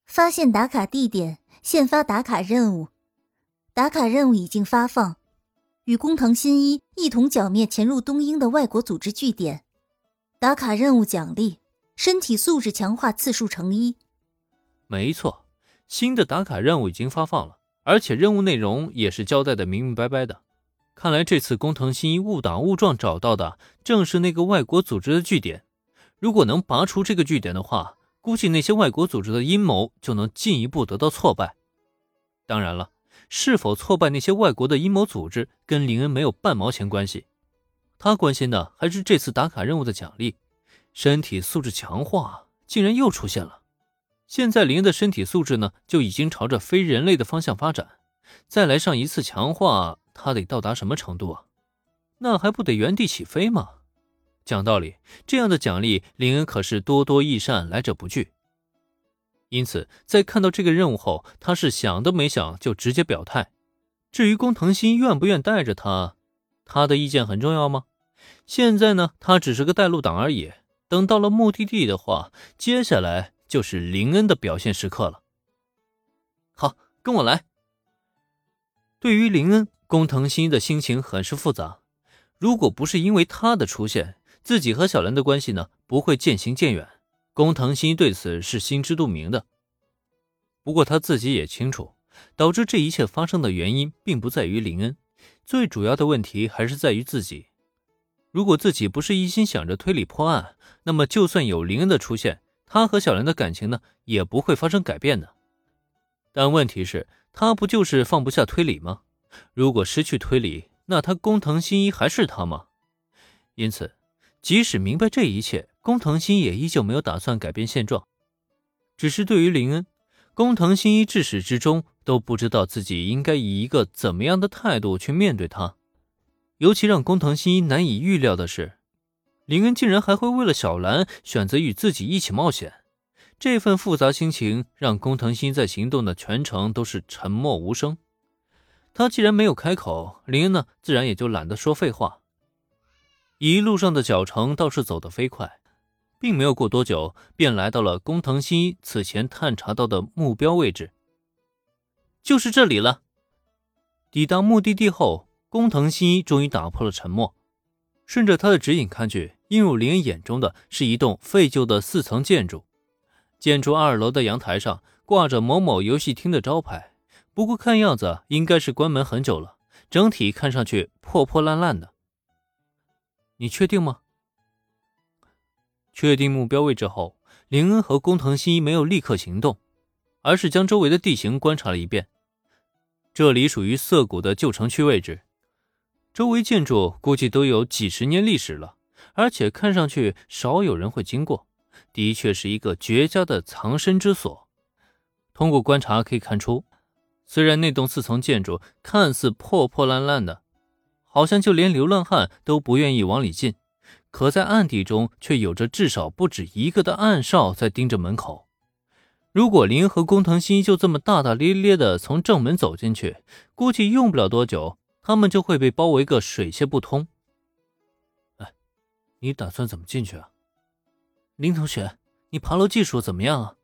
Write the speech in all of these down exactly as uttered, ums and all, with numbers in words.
发现打卡地点，现发打卡任务。打卡任务已经发放，与工藤新一一同剿灭潜入东英的外国组织据点。打卡任务奖励：身体素质强化次数乘一。 没错，新的打卡任务已经发放了，而且任务内容也是交代的明明白白的。看来这次工藤新一误打误撞找到的正是那个外国组织的据点。如果能拔除这个据点的话，估计那些外国组织的阴谋就能进一步得到挫败。当然了，是否挫败那些外国的阴谋组织跟林恩没有半毛钱关系，他关心的还是这次打卡任务的奖励。身体素质强化竟然又出现了。现在林恩的身体素质呢，就已经朝着非人类的方向发展，再来上一次强化，他得到达什么程度啊？那还不得原地起飞吗？讲道理，这样的奖励林恩可是多多益善，来者不拒。因此在看到这个任务后，他是想都没想就直接表态。至于工藤新愿不愿带着他，他的意见很重要吗？现在呢，他只是个带路党而已，等到了目的地的话，接下来就是林恩的表现时刻了。好，跟我来。对于林恩，工藤新的心情很是复杂。如果不是因为他的出现，自己和小兰的关系呢，不会渐行渐远。工藤新对此是心知肚明的。不过他自己也清楚，导致这一切发生的原因并不在于林恩，最主要的问题还是在于自己。如果自己不是一心想着推理破案，那么就算有林恩的出现，他和小兰的感情呢，也不会发生改变的。但问题是，他不就是放不下推理吗？如果失去推理，那他工藤新一还是他吗？因此即使明白这一切，工藤新一也依旧没有打算改变现状。只是对于林恩，工藤新一至始至终都不知道自己应该以一个怎么样的态度去面对他。尤其让工藤新一难以预料的是，林恩竟然还会为了小兰选择与自己一起冒险。这份复杂心情让工藤新一在行动的全程都是沉默无声。他既然没有开口，林恩呢，自然也就懒得说废话。一路上的脚程倒是走得飞快，并没有过多久便来到了工藤新一此前探查到的目标位置。就是这里了。抵达目的地后，工藤新一终于打破了沉默。顺着他的指引看去，映入林恩眼中的是一栋废旧的四层建筑。建筑二楼的阳台上挂着某某游戏厅的招牌，不过看样子应该是关门很久了，整体看上去破破烂烂的。你确定吗？确定目标位置后，林恩和工藤新一没有立刻行动，而是将周围的地形观察了一遍。这里属于涩谷的旧城区位置，周围建筑估计都有几十年历史了，而且看上去少有人会经过，的确是一个绝佳的藏身之所。通过观察可以看出，虽然那栋四层建筑看似破破烂烂的，好像就连流浪汉都不愿意往里进，可在暗地中却有着至少不止一个的暗哨在盯着门口。如果林和工藤新一就这么大大咧咧地从正门走进去，估计用不了多久，他们就会被包围个水泄不通。哎，你打算怎么进去啊？林同学，你爬楼技术怎么样啊？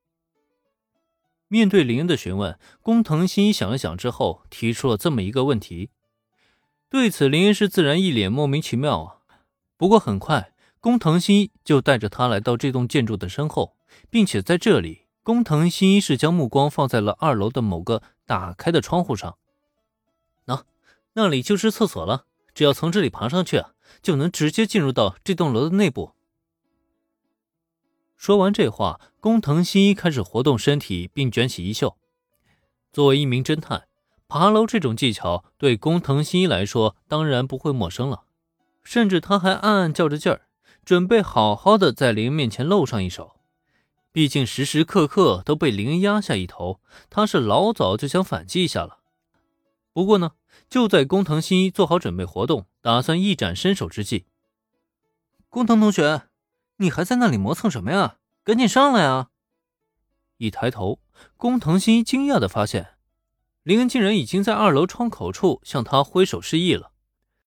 面对林恩的询问，工藤新一想了想之后，提出了这么一个问题。对此，林恩是自然一脸莫名其妙啊。不过很快，工藤新一就带着他来到这栋建筑的身后，并且在这里，工藤新一是将目光放在了二楼的某个打开的窗户上。那，那里就是厕所了，只要从这里爬上去啊，就能直接进入到这栋楼的内部。说完这话，工藤新一开始活动身体并卷起衣袖。作为一名侦探，爬楼这种技巧对工藤新一来说当然不会陌生了，甚至他还暗暗较着劲儿，准备好好的在林恩面前露上一手。毕竟时时刻刻都被林恩压下一头，他是老早就想反击一下了。不过呢，就在工藤新一做好准备活动，打算一展身手之际，工藤同学，你还在那里磨蹭什么呀？赶紧上来啊！一抬头，工藤新一惊讶地发现，林恩竟然已经在二楼窗口处向他挥手示意了。